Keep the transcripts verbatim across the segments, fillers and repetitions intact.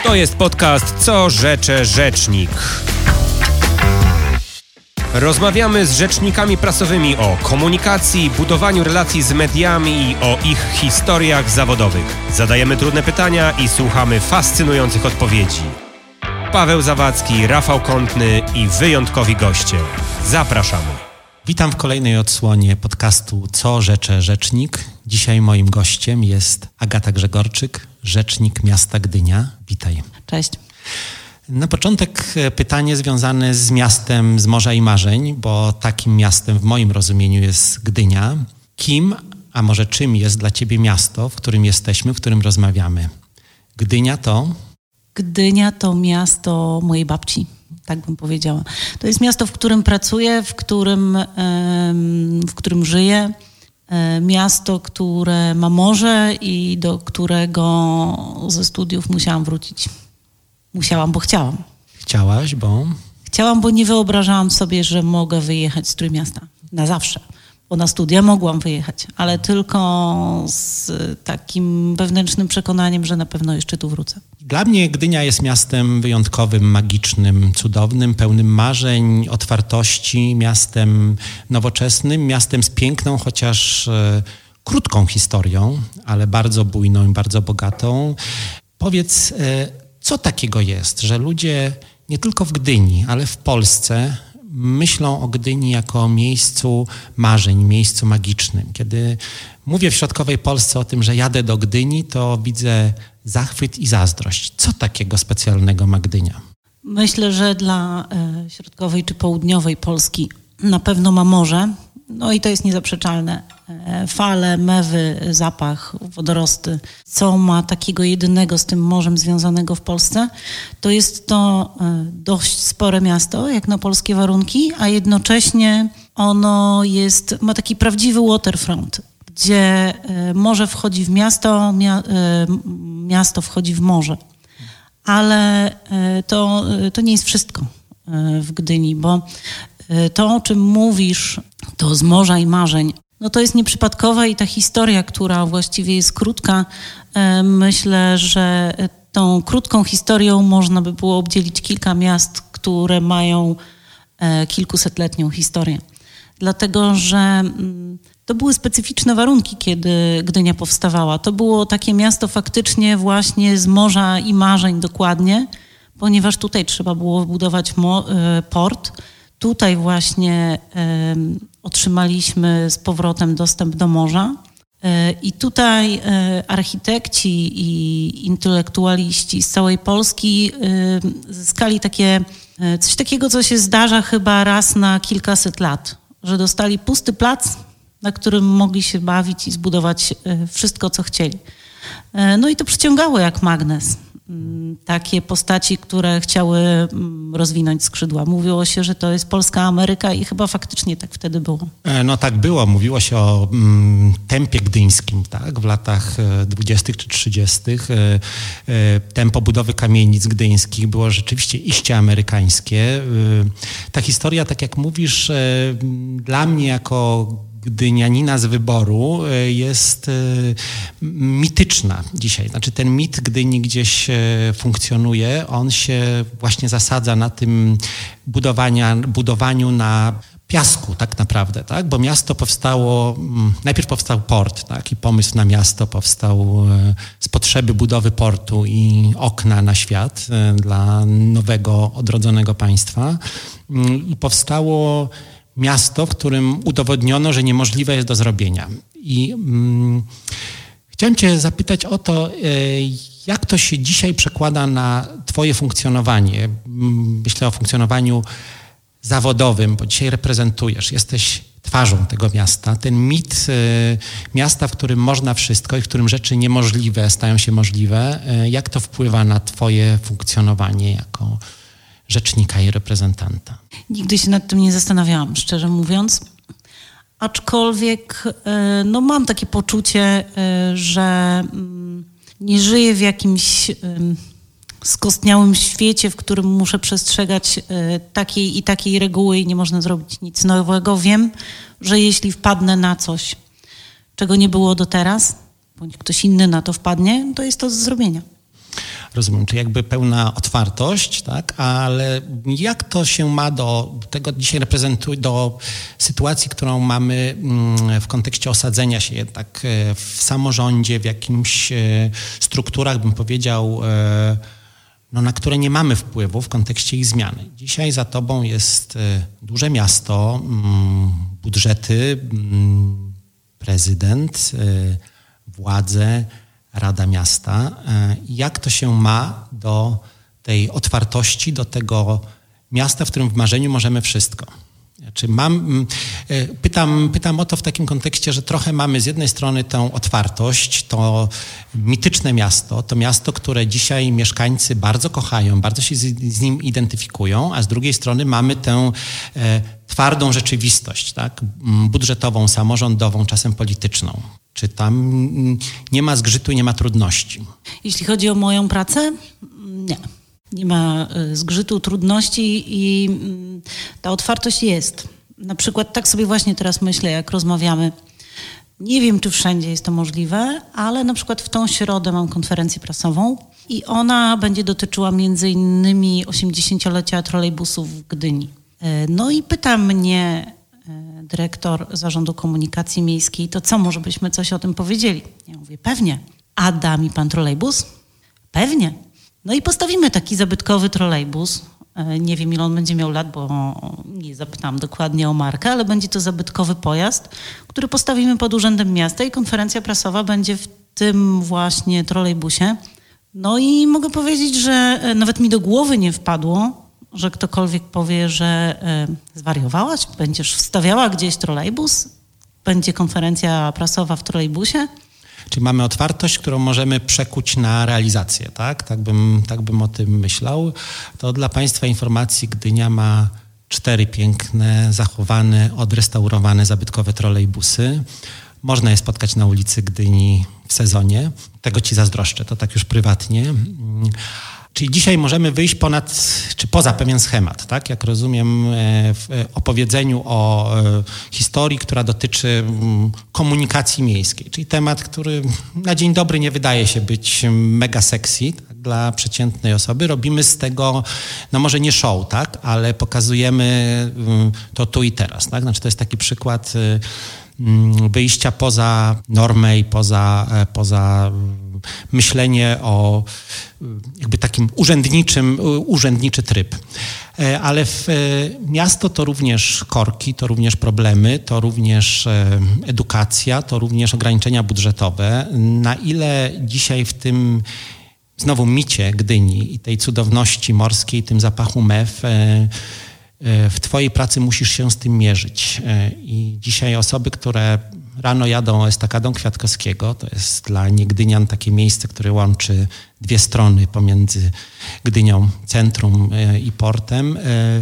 To jest podcast Co rzecze rzecznik. Rozmawiamy z rzecznikami prasowymi o komunikacji, budowaniu relacji z mediami i o ich historiach zawodowych. Zadajemy trudne pytania i słuchamy fascynujących odpowiedzi. Paweł Zawadzki, Rafał Kątny i wyjątkowi goście. Zapraszamy. Witam w kolejnej odsłonie podcastu Co rzecze rzecznik. Dzisiaj moim gościem jest Agata Grzegorczyk, rzecznik miasta Gdynia. Witaj. Cześć. Na początek pytanie związane z miastem z morza i marzeń, bo takim miastem w moim rozumieniu jest Gdynia. Kim, a może czym jest dla ciebie miasto, w którym jesteśmy, w którym rozmawiamy? Gdynia to? Gdynia to miasto mojej babci, tak bym powiedziała. To jest miasto, w którym pracuję, w którym, w którym żyję. Miasto, które ma morze i do którego ze studiów musiałam wrócić. Musiałam, bo chciałam. Chciałaś, bo? Chciałam, bo nie wyobrażałam sobie, że mogę wyjechać z Trójmiasta na zawsze. Bo na studia mogłam wyjechać, ale tylko z takim wewnętrznym przekonaniem, że na pewno jeszcze tu wrócę. Dla mnie Gdynia jest miastem wyjątkowym, magicznym, cudownym, pełnym marzeń, otwartości, miastem nowoczesnym, miastem z piękną, chociaż e, krótką historią, ale bardzo bujną i bardzo bogatą. Powiedz, e, co takiego jest, że ludzie nie tylko w Gdyni, ale w Polsce myślą o Gdyni jako o miejscu marzeń, miejscu magicznym. Kiedy mówię w środkowej Polsce o tym, że jadę do Gdyni, to widzę zachwyt i zazdrość. Co takiego specjalnego ma Gdynia? Myślę, że dla e, środkowej czy południowej Polski na pewno ma morze. No i to jest niezaprzeczalne. E, fale, mewy, zapach, wodorosty. Co ma takiego jedynego z tym morzem związanego w Polsce? To jest to e, dość spore miasto, jak na polskie warunki, a jednocześnie ono jest, ma taki prawdziwy waterfront, gdzie e, morze wchodzi w miasto, mia, e, miasto wchodzi w morze. Ale e, to, to nie jest wszystko e, w Gdyni, bo to, o czym mówisz, to z morza i marzeń, no to jest nieprzypadkowe i ta historia, która właściwie jest krótka, myślę, że tą krótką historią można by było obdzielić kilka miast, które mają kilkusetletnią historię. Dlatego, że to były specyficzne warunki, kiedy Gdynia powstawała. To było takie miasto faktycznie właśnie z morza i marzeń dokładnie, ponieważ tutaj trzeba było budować mo- port. Tutaj właśnie e, otrzymaliśmy z powrotem dostęp do morza e, i tutaj e, architekci i intelektualiści z całej Polski e, zyskali takie, e, coś takiego, co się zdarza chyba raz na kilkaset lat, że dostali pusty plac, na którym mogli się bawić i zbudować e, wszystko, co chcieli. E, no i to przyciągało jak magnes. Takie postaci, które chciały rozwinąć skrzydła. Mówiło się, że to jest polska Ameryka i chyba faktycznie tak wtedy było. No tak było. Mówiło się o mm, tempie gdyńskim, tak? W latach dwudziestych czy trzydziestych. E, e, tempo budowy kamienic gdyńskich było rzeczywiście iście amerykańskie. E, ta historia, tak jak mówisz, e, dla mnie jako gdynianina z wyboru jest mityczna dzisiaj. Znaczy ten mit Gdyni gdzieś funkcjonuje, on się właśnie zasadza na tym budowania, budowaniu na piasku tak naprawdę, tak? Bo miasto powstało, najpierw powstał port, tak? I pomysł na miasto powstał z potrzeby budowy portu i okna na świat dla nowego, odrodzonego państwa. I powstało miasto, w którym udowodniono, że niemożliwe jest do zrobienia. I mm, chciałem cię zapytać o to, jak to się dzisiaj przekłada na twoje funkcjonowanie. Myślę o funkcjonowaniu zawodowym, bo dzisiaj reprezentujesz, jesteś twarzą tego miasta. Ten mit y, miasta, w którym można wszystko i w którym rzeczy niemożliwe stają się możliwe. Y, jak to wpływa na twoje funkcjonowanie jako rzecznika i reprezentanta? Nigdy się nad tym nie zastanawiałam, szczerze mówiąc. Aczkolwiek no, mam takie poczucie, że nie żyję w jakimś skostniałym świecie, w którym muszę przestrzegać takiej i takiej reguły i nie można zrobić nic nowego. Wiem, że jeśli wpadnę na coś, czego nie było do teraz, bądź ktoś inny na to wpadnie, to jest to do zrobienia. rozumiem, czyli jakby pełna otwartość, tak? Ale jak to się ma do tego dzisiaj reprezentuje, do sytuacji, którą mamy w kontekście osadzenia się jednak w samorządzie, w jakimś strukturach, bym powiedział, no, na które nie mamy wpływu w kontekście ich zmiany. Dzisiaj za tobą jest duże miasto, budżety, prezydent, władze, Rada Miasta. Jak to się ma do tej otwartości, do tego miasta, w którym w marzeniu możemy wszystko? Czy mam, pytam, pytam o to w takim kontekście, że trochę mamy z jednej strony tę otwartość, to mityczne miasto, to miasto, które dzisiaj mieszkańcy bardzo kochają, bardzo się z, z nim identyfikują, a z drugiej strony mamy tę e, twardą rzeczywistość, tak? Budżetową, samorządową, czasem polityczną. Czy tam nie ma zgrzytu i nie ma trudności? Jeśli chodzi o moją pracę, nie. Nie ma zgrzytu, trudności i ta otwartość jest. Na przykład tak sobie właśnie teraz myślę, jak rozmawiamy. Nie wiem, czy wszędzie jest to możliwe, ale na przykład w tą środę mam konferencję prasową i ona będzie dotyczyła między innymi osiemdziesięciolecia trolejbusów w Gdyni. No i pyta mnie dyrektor Zarządu Komunikacji Miejskiej, to co, może byśmy coś o tym powiedzieli? Ja mówię, pewnie. A da mi pan trolejbus? Pewnie. No i postawimy taki zabytkowy trolejbus. Nie wiem, ile on będzie miał lat, bo nie zapytałam dokładnie o markę, ale będzie to zabytkowy pojazd, który postawimy pod Urzędem Miasta i konferencja prasowa będzie w tym właśnie trolejbusie. No i mogę powiedzieć, że nawet mi do głowy nie wpadło, że ktokolwiek powie, że zwariowałaś, będziesz wstawiała gdzieś trolejbus, będzie konferencja prasowa w trolejbusie. Czyli mamy otwartość, którą możemy przekuć na realizację, tak? Tak bym, tak bym o tym myślał. To dla Państwa informacji Gdynia ma cztery piękne, zachowane, odrestaurowane, zabytkowe trolejbusy. Można je spotkać na ulicy Gdyni w sezonie. Tego Ci zazdroszczę, to tak już prywatnie. Czyli dzisiaj możemy wyjść ponad, czy poza pewien schemat, tak? Jak rozumiem w opowiedzeniu o historii, która dotyczy komunikacji miejskiej, czyli temat, który na dzień dobry nie wydaje się być mega sexy, tak? Dla przeciętnej osoby. Robimy z tego, no może nie show, tak? Ale pokazujemy to tu i teraz, tak? Znaczy to jest taki przykład wyjścia poza normę i poza, poza myślenie o jakby takim urzędniczym, urzędniczy tryb. Ale w miasto to również korki, to również problemy, to również edukacja, to również ograniczenia budżetowe. Na ile dzisiaj w tym znowu micie Gdyni i tej cudowności morskiej, tym zapachu mew, w Twojej pracy musisz się z tym mierzyć. I dzisiaj osoby, które rano jadą estakadą Kwiatkowskiego, to jest dla niegdynian takie miejsce, które łączy dwie strony pomiędzy Gdynią, centrum i portem.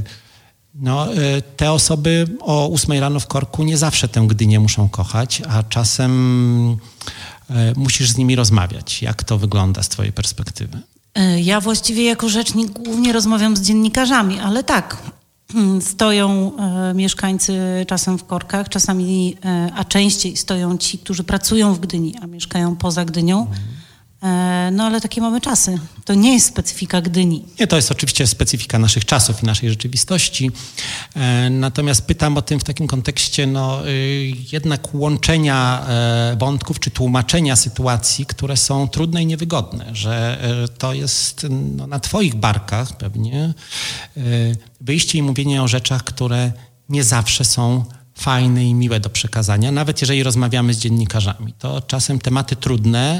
No, te osoby o ósmej rano w korku nie zawsze tę Gdynię muszą kochać, a czasem musisz z nimi rozmawiać. Jak to wygląda z Twojej perspektywy? Ja właściwie jako rzecznik głównie rozmawiam z dziennikarzami, ale tak, stoją e, mieszkańcy czasem w korkach, czasami, e, a częściej stoją ci, którzy pracują w Gdyni, a mieszkają poza Gdynią. E, no ale takie mamy czasy. To nie jest specyfika Gdyni. Nie, to jest oczywiście specyfika naszych czasów i naszej rzeczywistości. E, natomiast pytam o tym w takim kontekście no, y, jednak łączenia e, wątków czy tłumaczenia sytuacji, które są trudne i niewygodne, że e, to jest no, na Twoich barkach pewnie e, wyjście i mówienie o rzeczach, które nie zawsze są fajne i miłe do przekazania, nawet jeżeli rozmawiamy z dziennikarzami. To czasem tematy trudne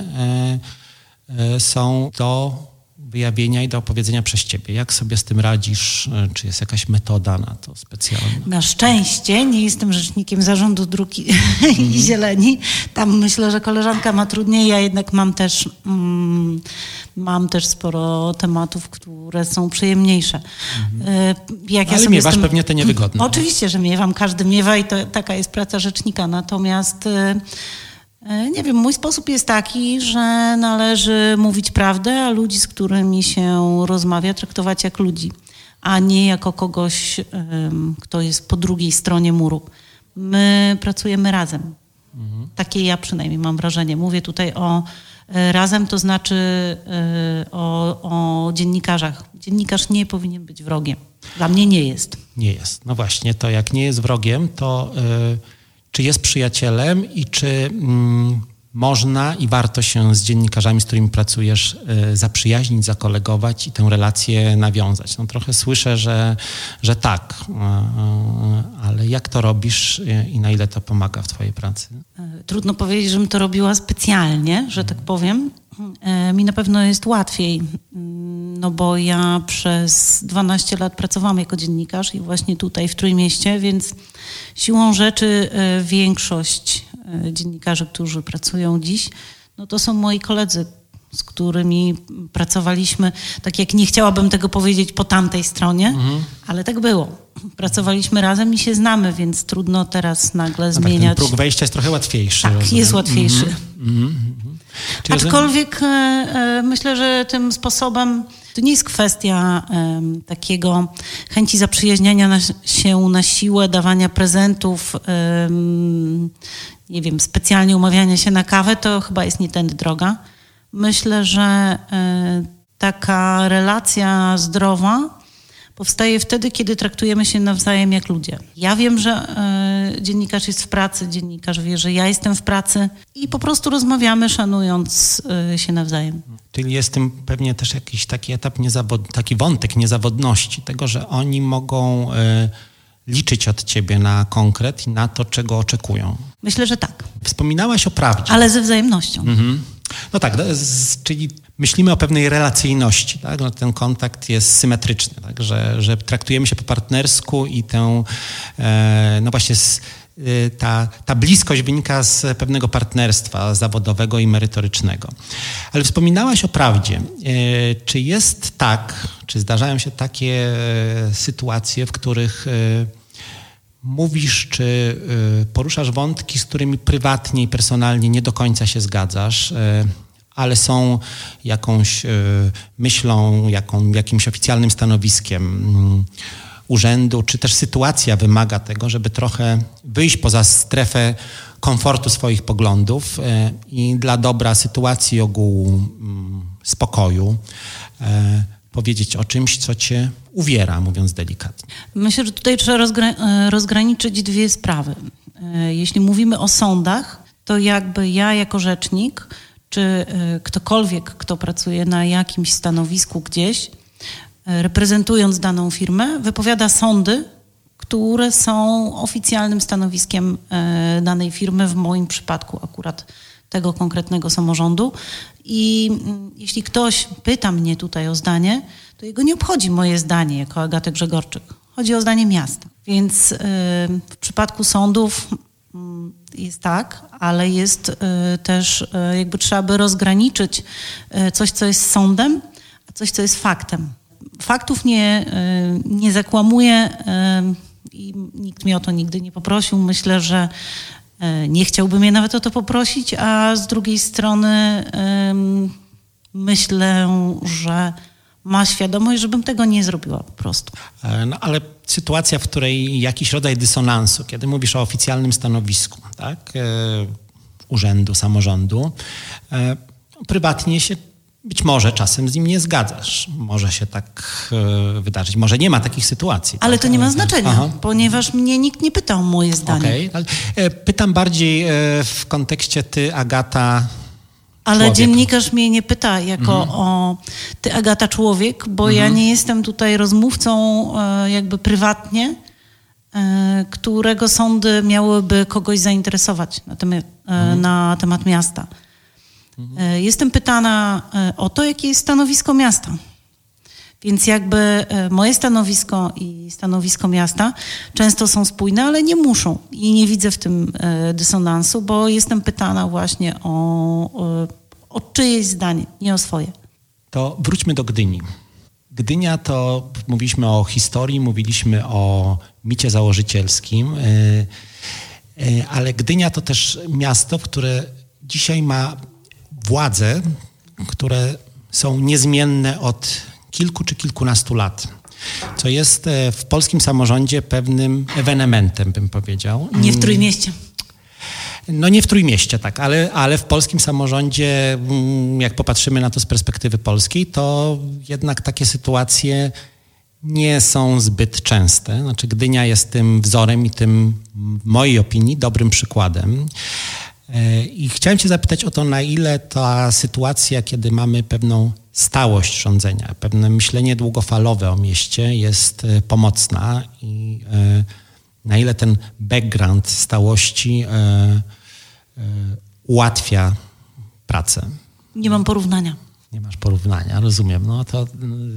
e, e, są do wyjawienia i do opowiedzenia przez Ciebie. Jak sobie z tym radzisz? Czy jest jakaś metoda na to specjalna? Na szczęście nie jestem rzecznikiem Zarządu Dróg i, mm. i Zieleni. Tam myślę, że koleżanka ma trudniej. Ja jednak mam też, mm, mam też sporo tematów, które są przyjemniejsze. Mm. Jak Ale ja miewasz jestem... pewnie te niewygodne. Oczywiście, że miewam. Każdy miewa i to taka jest praca rzecznika. Natomiast... Nie wiem, mój sposób jest taki, że należy mówić prawdę, a ludzi, z którymi się rozmawia, traktować jak ludzi, a nie jako kogoś, kto jest po drugiej stronie muru. My pracujemy razem. Mhm. Takie ja przynajmniej mam wrażenie. Mówię tutaj o Razem to znaczy o, o dziennikarzach. Dziennikarz nie powinien być wrogiem. Dla mnie nie jest. Nie jest. No właśnie, to jak nie jest wrogiem, to y, czy jest przyjacielem i czy y, można i warto się z dziennikarzami, z którymi pracujesz, y, zaprzyjaźnić, zakolegować i tę relację nawiązać? No trochę słyszę, że, że tak, y, y, ale jak to robisz y, i na ile to pomaga w twojej pracy? Trudno powiedzieć, żebym to robiła specjalnie, że tak powiem. Mi na pewno jest łatwiej, no bo ja przez dwanaście lat pracowałam jako dziennikarz i właśnie tutaj w Trójmieście, więc siłą rzeczy większość dziennikarzy, którzy pracują dziś, no to są moi koledzy, z którymi pracowaliśmy, tak jak nie chciałabym tego powiedzieć po tamtej stronie, mhm. ale tak było. Pracowaliśmy razem i się znamy, więc trudno teraz nagle no zmieniać. Tak, ten próg wejścia jest trochę łatwiejszy. Tak, rozumiem. jest łatwiejszy. Mm-hmm. Mm-hmm. Aczkolwiek e, e, myślę, że tym sposobem to nie jest kwestia e, takiego chęci zaprzyjaźniania na, się na siłę, dawania prezentów, e, nie wiem, specjalnie umawiania się na kawę, to chyba jest nie tędy droga. Myślę, że y, taka relacja zdrowa powstaje wtedy, kiedy traktujemy się nawzajem jak ludzie. Ja wiem, że y, dziennikarz jest w pracy, dziennikarz wie, że ja jestem w pracy i po prostu rozmawiamy, szanując y, się nawzajem. Czyli jest tym pewnie też jakiś taki etap, niezawod... taki wątek niezawodności, tego, że oni mogą y, liczyć od ciebie na konkret i na to, czego oczekują. Myślę, że tak. Wspominałaś o prawdzie. Ale ze wzajemnością. Mhm. No tak, z, czyli myślimy o pewnej relacyjności, tak? No, ten kontakt jest symetryczny, tak? że, że traktujemy się po partnersku i tę, e, no właśnie z, y, ta, ta bliskość wynika z pewnego partnerstwa zawodowego i merytorycznego. Ale wspominałaś o prawdzie. E, czy jest tak, czy zdarzają się takie e, sytuacje, w których e, mówisz, czy y, poruszasz wątki, z którymi prywatnie i personalnie nie do końca się zgadzasz, y, ale są jakąś y, myślą, jaką, jakimś oficjalnym stanowiskiem y, urzędu, czy też sytuacja wymaga tego, żeby trochę wyjść poza strefę komfortu swoich poglądów y, i dla dobra sytuacji ogółu y, spokoju y, powiedzieć o czymś, co cię uwiera, mówiąc delikatnie. Myślę, że tutaj trzeba rozgra- rozgraniczyć dwie sprawy. Jeśli mówimy o sądach, to jakby ja jako rzecznik, czy ktokolwiek, kto pracuje na jakimś stanowisku gdzieś, reprezentując daną firmę, wypowiada sądy, które są oficjalnym stanowiskiem danej firmy, w moim przypadku akurat tego konkretnego samorządu. I jeśli ktoś pyta mnie tutaj o zdanie, to jego nie obchodzi moje zdanie jako Agaty Grzegorczyk. Chodzi o zdanie miasta. Więc y, w przypadku sądów y, jest tak, ale jest y, też y, jakby trzeba by rozgraniczyć y, coś, co jest sądem, a coś, co jest faktem. Faktów nie, y, nie zakłamuję y, i nikt mnie o to nigdy nie poprosił. Myślę, że nie chciałby mnie nawet o to poprosić, a z drugiej strony ym, myślę, że ma świadomość, żebym tego nie zrobiła po prostu. No ale sytuacja, w której jakiś rodzaj dysonansu, kiedy mówisz o oficjalnym stanowisku, tak, e, urzędu, samorządu, e, prywatnie się być może czasem z nim nie zgadzasz. Może się tak e, wydarzyć. Może nie ma takich sytuacji. Ale tak? to nie ma znaczenia, Aha. ponieważ mnie nikt nie pytał o moje zdanie. Okej, okay. e, pytam bardziej e, w kontekście ty, Agata, Ale człowiek. Dziennikarz mnie nie pyta jako mhm. o ty, Agata, człowiek, bo mhm. ja nie jestem tutaj rozmówcą e, jakby prywatnie, e, którego sądy miałyby kogoś zainteresować na, tym, e, mhm. na temat miasta. Jestem pytana o to, jakie jest stanowisko miasta. Więc jakby moje stanowisko i stanowisko miasta często są spójne, ale nie muszą. I nie widzę w tym dysonansu, bo jestem pytana właśnie o, o czyjeś zdanie, nie o swoje. To wróćmy do Gdyni. Gdynia to, mówiliśmy o historii, mówiliśmy o micie założycielskim, ale Gdynia to też miasto, które dzisiaj ma władze, które są niezmienne od kilku czy kilkunastu lat, co jest w polskim samorządzie pewnym ewenementem, bym powiedział. Nie w Trójmieście. No nie w Trójmieście, tak, ale, ale w polskim samorządzie, jak popatrzymy na to z perspektywy polskiej, to jednak takie sytuacje nie są zbyt częste. Znaczy Gdynia jest tym wzorem i tym, w mojej opinii, dobrym przykładem. I chciałem cię zapytać o to, na ile ta sytuacja, kiedy mamy pewną stałość rządzenia, pewne myślenie długofalowe o mieście jest pomocna i na ile ten background stałości ułatwia pracę. Nie mam porównania. Nie masz porównania, rozumiem. No to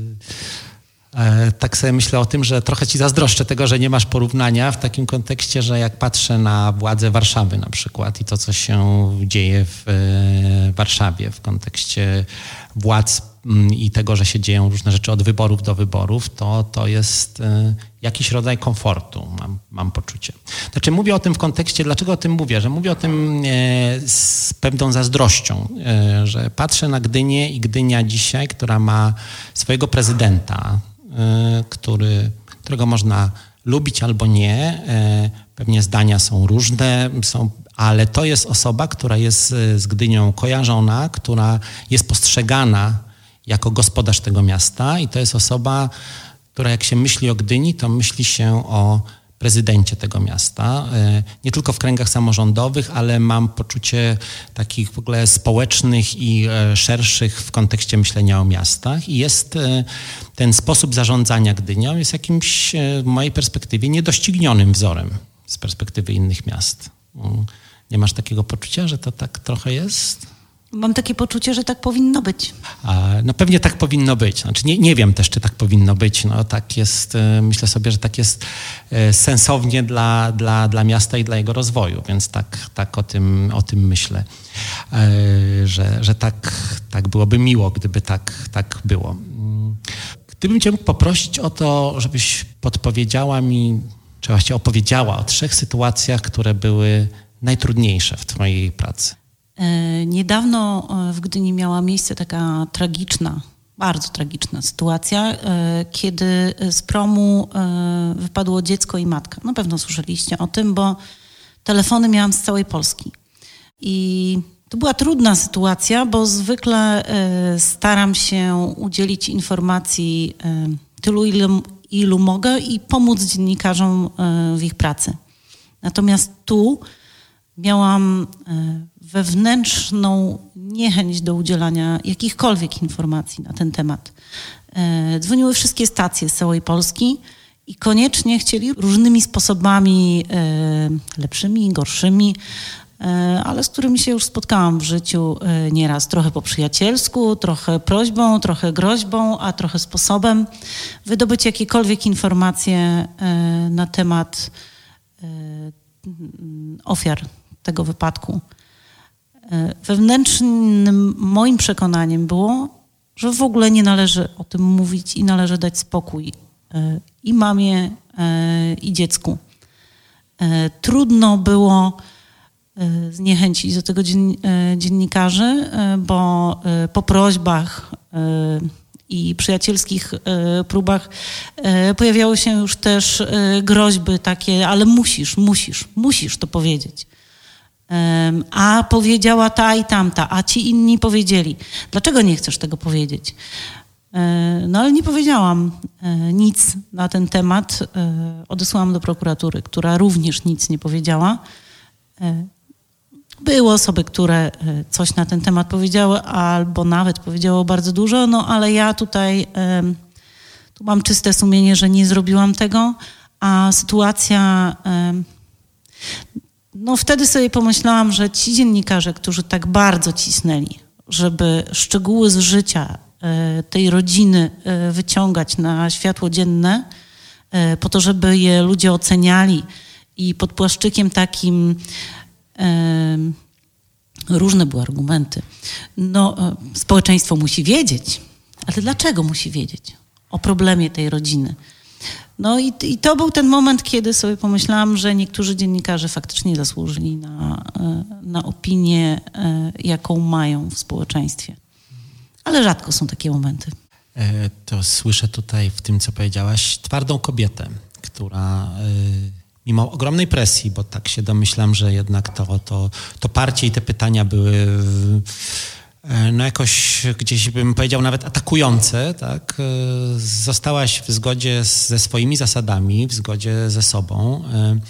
e, tak sobie myślę o tym, że trochę ci zazdroszczę tego, że nie masz porównania w takim kontekście, że jak patrzę na władzę Warszawy na przykład i to, co się dzieje w e, Warszawie w kontekście władz m, i tego, że się dzieją różne rzeczy od wyborów do wyborów, to, to jest e, jakiś rodzaj komfortu, mam, mam poczucie. Znaczy mówię o tym w kontekście, dlaczego o tym mówię? Że mówię o tym e, z pewną zazdrością, e, że patrzę na Gdynię i Gdynia dzisiaj, która ma swojego prezydenta, e, który, którego można lubić albo nie. E, pewnie zdania są różne, są, ale to jest osoba, która jest z Gdynią kojarzona, która jest postrzegana jako gospodarz tego miasta i to jest osoba, która jak się myśli o Gdyni, to myśli się o prezydencie tego miasta. Nie tylko w kręgach samorządowych, ale mam poczucie takich w ogóle społecznych i szerszych w kontekście myślenia o miastach. I jest ten sposób zarządzania Gdynią jest jakimś, w mojej perspektywie, niedoścignionym wzorem z perspektywy innych miast. Nie masz takiego poczucia, że to tak trochę jest? Mam takie poczucie, że tak powinno być. No pewnie tak powinno być. Znaczy nie, nie wiem też, czy tak powinno być. No tak jest, myślę sobie, że tak jest sensownie dla, dla, dla miasta i dla jego rozwoju, więc tak, tak o tym, o tym myślę, że, że tak, tak byłoby miło, gdyby tak, tak było. Gdybym cię mógł poprosić o to, żebyś podpowiedziała mi, czy właściwie opowiedziała o trzech sytuacjach, które były najtrudniejsze w twojej pracy. Niedawno w Gdyni miała miejsce taka tragiczna, bardzo tragiczna sytuacja, kiedy z promu wypadło dziecko i matka. Na pewno słyszeliście o tym, bo telefony miałam z całej Polski. I to była trudna sytuacja, bo zwykle staram się udzielić informacji tylu, ilu, ilu mogę i pomóc dziennikarzom w ich pracy. Natomiast tu miałam wewnętrzną niechęć do udzielania jakichkolwiek informacji na ten temat. Dzwoniły wszystkie stacje z całej Polski i koniecznie chcieli różnymi sposobami, lepszymi, gorszymi, ale z którymi się już spotkałam w życiu nieraz. Trochę po przyjacielsku, trochę prośbą, trochę groźbą, a trochę sposobem wydobyć jakiekolwiek informacje na temat ofiar tego wypadku. Wewnętrznym moim przekonaniem było, że w ogóle nie należy o tym mówić i należy dać spokój i mamie, i dziecku. Trudno było zniechęcić do tego dziennikarzy, bo po prośbach i przyjacielskich próbach pojawiały się już też groźby takie, ale musisz, musisz, musisz to powiedzieć. A powiedziała ta i tamta, a ci inni powiedzieli. Dlaczego nie chcesz tego powiedzieć? No ale nie powiedziałam nic na ten temat. Odesłałam do prokuratury, która również nic nie powiedziała. Były osoby, które coś na ten temat powiedziały, albo nawet powiedziało bardzo dużo, no ale ja tutaj tu mam czyste sumienie, że nie zrobiłam tego, a sytuacja... No wtedy sobie pomyślałam, że ci dziennikarze, którzy tak bardzo cisnęli, żeby szczegóły z życia tej rodziny wyciągać na światło dzienne, po to, żeby je ludzie oceniali i pod płaszczykiem takim różne były argumenty. No, społeczeństwo musi wiedzieć, ale dlaczego musi wiedzieć o problemie tej rodziny? No i, i to był ten moment, kiedy sobie pomyślałam, że niektórzy dziennikarze faktycznie zasłużyli na, na opinię, jaką mają w społeczeństwie. Ale rzadko są takie momenty. To słyszę tutaj w tym, co powiedziałaś, twardą kobietę, która mimo ogromnej presji, bo tak się domyślam, że jednak to, to, to parcie i te pytania były no jakoś gdzieś bym powiedział nawet atakujące, tak? Zostałaś w zgodzie ze swoimi zasadami, w zgodzie ze sobą.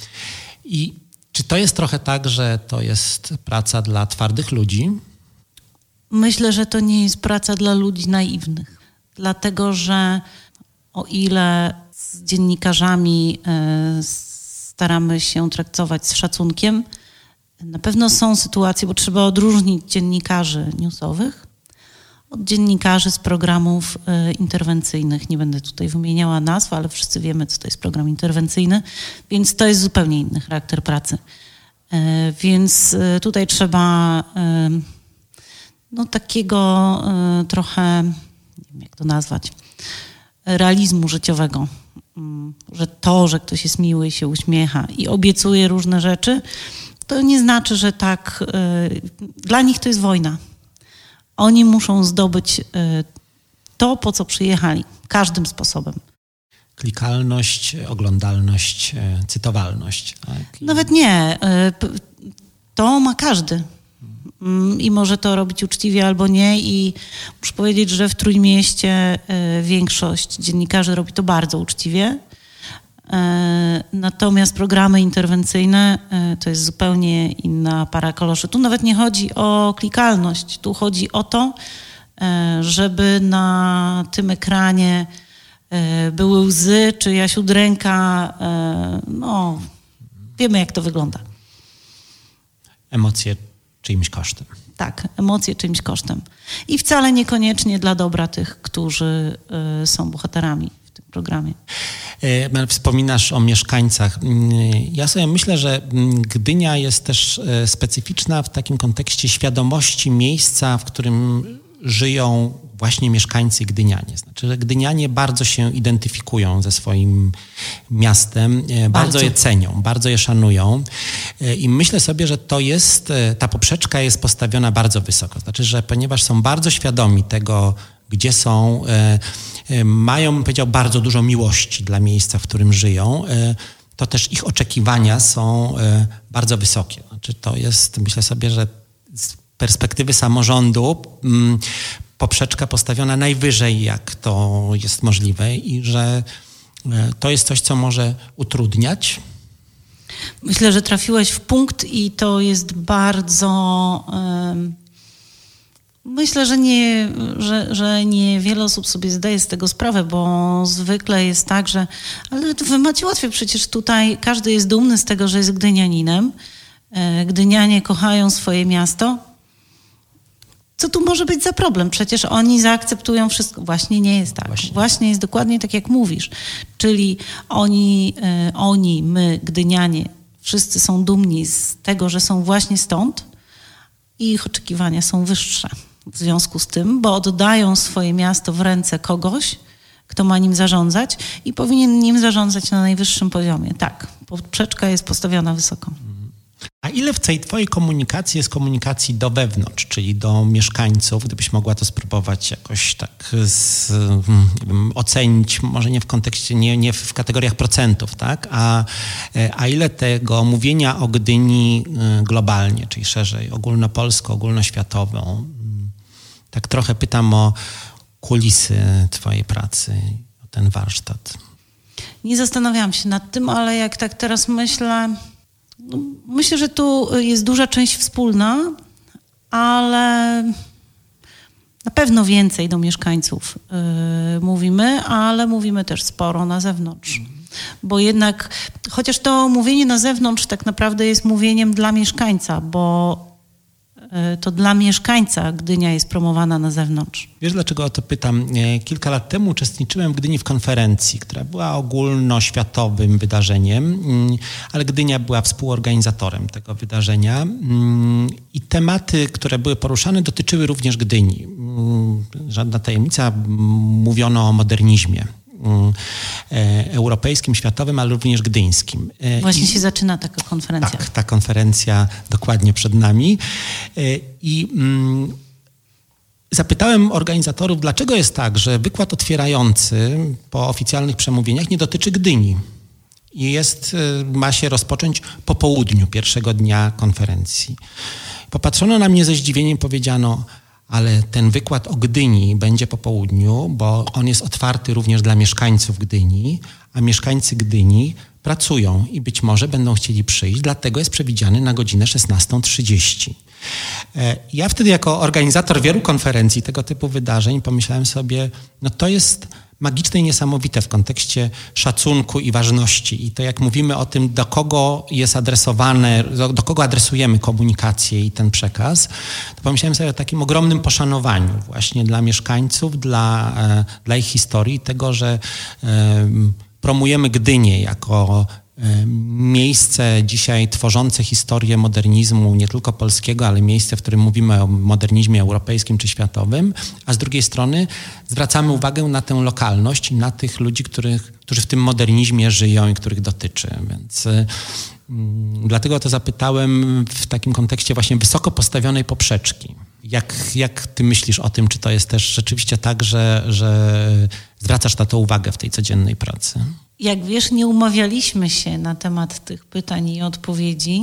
I czy to jest trochę tak, że to jest praca dla twardych ludzi? Myślę, że to nie jest praca dla ludzi naiwnych, dlatego że o ile z dziennikarzami staramy się traktować z szacunkiem, na pewno są sytuacje, bo trzeba odróżnić dziennikarzy newsowych od dziennikarzy z programów interwencyjnych. Nie będę tutaj wymieniała nazw, ale wszyscy wiemy, co to jest program interwencyjny, więc to jest zupełnie inny charakter pracy. Więc tutaj trzeba no, takiego trochę, nie wiem jak to nazwać, realizmu życiowego, że to, że ktoś jest miły i się uśmiecha i obiecuje różne rzeczy, to nie znaczy, że tak, dla nich to jest wojna. Oni muszą zdobyć to, po co przyjechali, każdym sposobem. Klikalność, oglądalność, cytowalność. Tak? Nawet nie. To ma każdy. I może to robić uczciwie albo nie. I muszę powiedzieć, że w Trójmieście większość dziennikarzy robi to bardzo uczciwie. Natomiast programy interwencyjne to jest zupełnie inna para kaloszy. Tu nawet nie chodzi o klikalność. Tu chodzi o to, żeby na tym ekranie były łzy, czyjaś udręka. No, wiemy, jak to wygląda. Emocje czyimś kosztem. Tak, emocje czyimś kosztem. I wcale niekoniecznie dla dobra tych, którzy są bohaterami w tym programie. Wspominasz o mieszkańcach. Ja sobie myślę, że Gdynia jest też specyficzna w takim kontekście świadomości miejsca, w którym żyją właśnie mieszkańcy gdynianie. Znaczy, że gdynianie bardzo się identyfikują ze swoim miastem, bardzo, bardzo je cenią, bardzo je szanują i myślę sobie, że to jest, ta poprzeczka jest postawiona bardzo wysoko. Znaczy, że ponieważ są bardzo świadomi tego, gdzie są, mają, bym powiedział, bardzo dużo miłości dla miejsca, w którym żyją, to też ich oczekiwania są bardzo wysokie. Znaczy, to jest, myślę sobie, że z perspektywy samorządu poprzeczka postawiona najwyżej, jak to jest możliwe i że to jest coś, co może utrudniać. Myślę, że trafiłeś w punkt i to jest bardzo... Um, myślę, że nie, że, że nie wiele osób sobie zdaje z tego sprawę, bo zwykle jest tak, że ale wy macie łatwiej, przecież tutaj każdy jest dumny z tego, że jest gdynianinem. Gdynianie kochają swoje miasto. Co tu może być za problem? Przecież oni zaakceptują wszystko. Właśnie nie jest tak. Właśnie, Właśnie jest dokładnie tak, jak mówisz. Czyli oni, y, oni, my, gdynianie, wszyscy są dumni z tego, że są właśnie stąd i ich oczekiwania są wyższe w związku z tym, bo oddają swoje miasto w ręce kogoś, kto ma nim zarządzać i powinien nim zarządzać na najwyższym poziomie. Tak, poprzeczka jest postawiona wysoko. A ile w tej twojej komunikacji jest komunikacji do wewnątrz, czyli do mieszkańców, gdybyś mogła to spróbować jakoś tak z, wiem, ocenić, może nie w kontekście, nie, nie w kategoriach procentów, tak? A, a ile tego mówienia o Gdyni globalnie, czyli szerzej, ogólnopolsko, ogólnoświatową? Tak trochę pytam o kulisy twojej pracy, o ten warsztat. Nie zastanawiałam się nad tym, ale jak tak teraz myślę... Myślę, że tu jest duża część wspólna, ale na pewno więcej do mieszkańców yy, mówimy, ale mówimy też sporo na zewnątrz. Bo jednak, chociaż to mówienie na zewnątrz tak naprawdę jest mówieniem dla mieszkańca, bo to dla mieszkańca Gdynia jest promowana na zewnątrz. Wiesz, dlaczego o to pytam? Kilka lat temu uczestniczyłem w Gdyni w konferencji, która była ogólnoświatowym wydarzeniem, ale Gdynia była współorganizatorem tego wydarzenia i tematy, które były poruszane, dotyczyły również Gdyni. Żadna tajemnica, mówiono o modernizmie europejskim, światowym, ale również gdyńskim. Właśnie I, się zaczyna taka konferencja. Tak, ta konferencja dokładnie przed nami. I mm, zapytałem organizatorów, dlaczego jest tak, że wykład otwierający po oficjalnych przemówieniach nie dotyczy Gdyni. i jest, ma się rozpocząć po południu pierwszego dnia konferencji. Popatrzono na mnie ze zdziwieniem, powiedziano, ale ten wykład o Gdyni będzie po południu, bo on jest otwarty również dla mieszkańców Gdyni, a mieszkańcy Gdyni pracują i być może będą chcieli przyjść, dlatego jest przewidziany na godzinę szesnastą trzydzieści. Ja wtedy jako organizator wielu konferencji, tego typu wydarzeń, pomyślałem sobie, no to jest magiczne i niesamowite w kontekście szacunku i ważności. I to jak mówimy o tym, do kogo jest adresowane, do, do kogo adresujemy komunikację i ten przekaz, to pomyślałem sobie o takim ogromnym poszanowaniu właśnie dla mieszkańców, dla, e, dla ich historii, tego, że e, promujemy Gdynię jako miejsce dzisiaj tworzące historię modernizmu, nie tylko polskiego, ale miejsce, w którym mówimy o modernizmie europejskim czy światowym, a z drugiej strony zwracamy uwagę na tę lokalność i na tych ludzi, których, którzy w tym modernizmie żyją i których dotyczy. Więc mm, dlatego to zapytałem w takim kontekście właśnie wysoko postawionej poprzeczki. Jak, jak ty myślisz o tym, czy to jest też rzeczywiście tak, że, że zwracasz na to uwagę w tej codziennej pracy? Jak wiesz, nie umawialiśmy się na temat tych pytań i odpowiedzi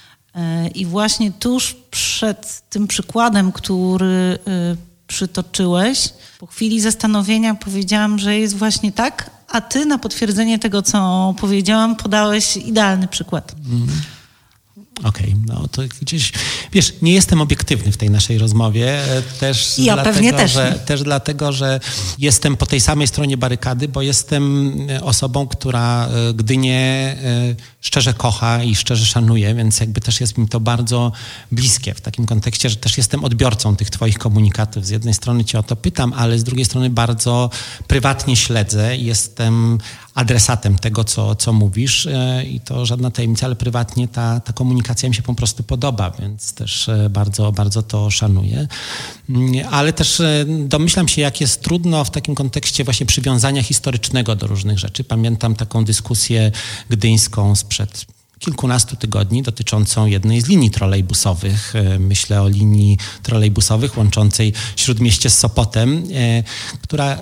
i właśnie tuż przed tym przykładem, który przytoczyłeś, po chwili zastanowienia powiedziałam, że jest właśnie tak, a ty na potwierdzenie tego, co powiedziałam, podałeś idealny przykład. Mm. Okej, okay, no to gdzieś, wiesz, nie jestem obiektywny w tej naszej rozmowie, też, ja dlatego, pewnie też, że, też dlatego, że jestem po tej samej stronie barykady, bo jestem osobą, która Gdynię szczerze kocha i szczerze szanuje, więc jakby też jest mi to bardzo bliskie w takim kontekście, że też jestem odbiorcą tych twoich komunikatów. Z jednej strony cię o to pytam, ale z drugiej strony bardzo prywatnie śledzę i jestem adresatem tego, co, co mówisz i to żadna tajemnica, ale prywatnie ta, ta komunikacja mi się po prostu podoba, więc też bardzo, bardzo to szanuję. Ale też domyślam się, jak jest trudno w takim kontekście właśnie przywiązania historycznego do różnych rzeczy. Pamiętam taką dyskusję gdyńską sprzed kilkunastu tygodni dotyczącą jednej z linii trolejbusowych. Myślę o linii trolejbusowych łączącej Śródmieście z Sopotem, która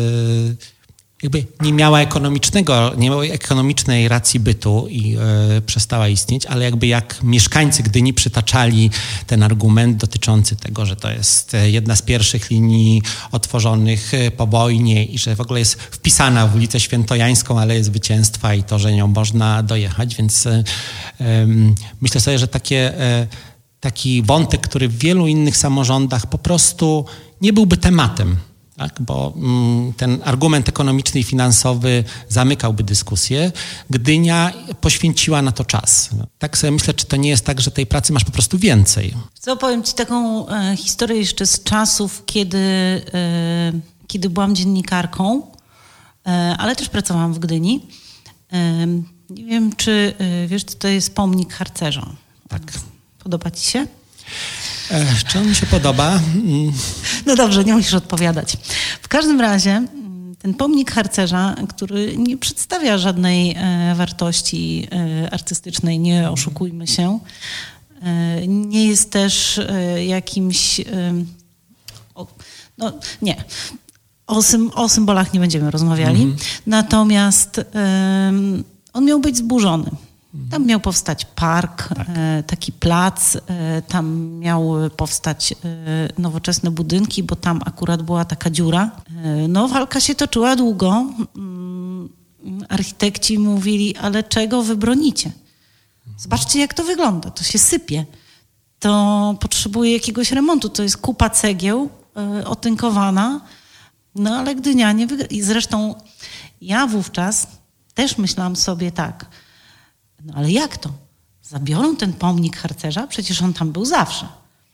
jakby nie miała ekonomicznego, nie miała ekonomicznej racji bytu i e, przestała istnieć, ale jakby jak mieszkańcy Gdyni przytaczali ten argument dotyczący tego, że to jest jedna z pierwszych linii otworzonych po wojnie i że w ogóle jest wpisana w ulicę Świętojańską, ale jest zwycięstwa i to, że nią można dojechać, więc e, e, myślę sobie, że takie, e, taki wątek, który w wielu innych samorządach po prostu nie byłby tematem. Tak, bo mm, ten argument ekonomiczny i finansowy zamykałby dyskusję. Gdynia poświęciła na to czas. Tak sobie myślę, czy to nie jest tak, że tej pracy masz po prostu więcej. Co powiem ci taką e, historię jeszcze z czasów, kiedy, e, kiedy byłam dziennikarką, e, ale też pracowałam w Gdyni. E, nie wiem, czy e, wiesz, co to jest pomnik harcerza. Tak. Podoba ci się? Ech, czy on mi się podoba? No dobrze, nie musisz odpowiadać. W każdym razie ten pomnik harcerza, który nie przedstawia żadnej e, wartości e, artystycznej, nie oszukujmy się, e, nie jest też e, jakimś... E, o, no nie, o, sym, o symbolach nie będziemy rozmawiali, mm-hmm. natomiast e, on miał być zburzony. Tam miał powstać park, tak. e, taki plac, e, tam miały powstać e, nowoczesne budynki, bo tam akurat była taka dziura. E, no walka się toczyła długo. Mm, architekci mówili, ale czego wy bronicie? Zobaczcie, jak to wygląda. To się sypie. To potrzebuje jakiegoś remontu. To jest kupa cegieł e, otynkowana. No ale Gdynianie... Wygra- I zresztą ja wówczas też myślałam sobie tak... No ale jak to? Zabiorą ten pomnik harcerza? Przecież on tam był zawsze.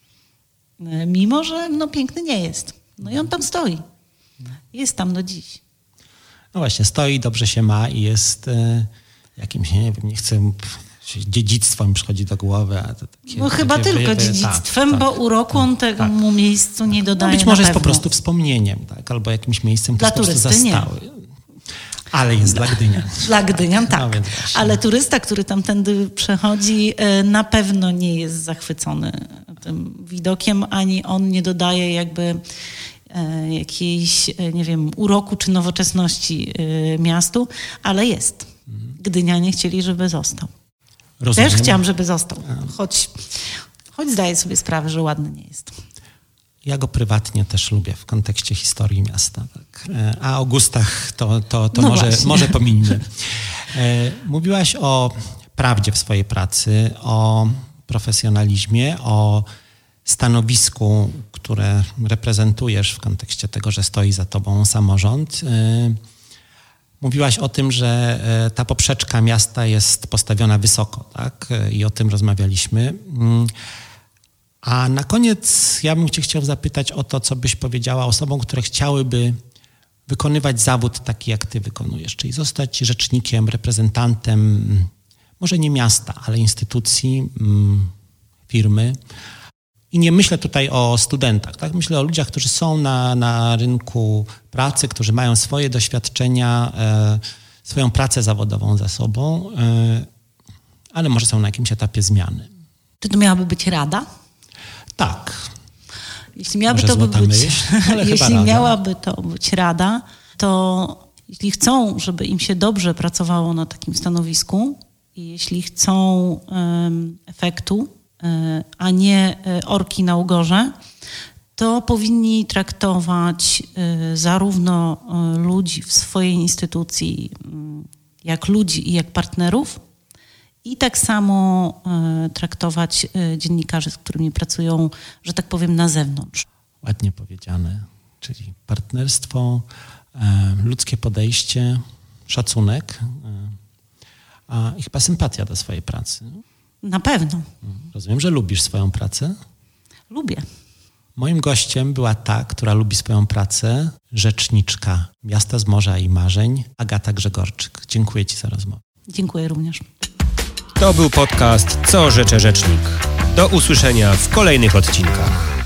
Mimo, że no, piękny nie jest. No i on tam stoi. Jest tam do dziś. No właśnie, stoi, dobrze się ma i jest e, jakimś, nie wiem, nie chcę... Dziedzictwo mi przychodzi do głowy. A to takie, no chyba takie tylko wyjewy, dziedzictwem, tak, bo tak, uroku on tak, temu tak. miejscu nie dodaje. No być może na jest po pewno. prostu wspomnieniem, tak? Albo jakimś miejscem, które Dla jest po turysty prostu zastały. Ale jest dla Gdynian. Dla Gdynian, tak. No, ale turysta, który tamtędy przechodzi, na pewno nie jest zachwycony tym widokiem, ani on nie dodaje jakby jakiejś, nie wiem, uroku czy nowoczesności miastu, ale jest. Gdynianie chcieli, żeby został. Rozumiem. Też chciałam, żeby został, choć, choć zdaję sobie sprawę, że ładny nie jest. Ja go prywatnie też lubię w kontekście historii miasta. Tak. A o gustach to, to, to No może, właśnie. może pomińmy. Mówiłaś o prawdzie w swojej pracy, o profesjonalizmie, o stanowisku, które reprezentujesz w kontekście tego, że stoi za tobą samorząd. Mówiłaś o tym, że ta poprzeczka miasta jest postawiona wysoko, tak? I o tym rozmawialiśmy. A na koniec ja bym cię chciał zapytać o to, co byś powiedziała osobom, które chciałyby wykonywać zawód taki, jak ty wykonujesz, czyli zostać rzecznikiem, reprezentantem, może nie miasta, ale instytucji, firmy. I nie myślę tutaj o studentach, tak? Myślę o ludziach, którzy są na, na rynku pracy, którzy mają swoje doświadczenia, e, swoją pracę zawodową za sobą, e, ale może są na jakimś etapie zmiany. Czy to miałaby być rada? Tak. Jeśli miałaby Może to złota być, myśl, ale chyba jeśli rada. miałaby to być rada, to jeśli chcą, żeby im się dobrze pracowało na takim stanowisku i jeśli chcą um, efektu, a nie orki na ugorze, to powinni traktować zarówno ludzi w swojej instytucji jak ludzi i jak partnerów i tak samo traktować dziennikarzy, z którymi pracują, że tak powiem, na zewnątrz. Ładnie powiedziane, czyli partnerstwo, ludzkie podejście, szacunek, a i chyba sympatia do swojej pracy. Na pewno. Rozumiem, że lubisz swoją pracę? Lubię. Moim gościem była ta, która lubi swoją pracę, rzeczniczka Miasta z Morza i Marzeń, Agata Grzegorczyk. Dziękuję ci za rozmowę. Dziękuję również. To był podcast Co rzecze rzecznik. Do usłyszenia w kolejnych odcinkach.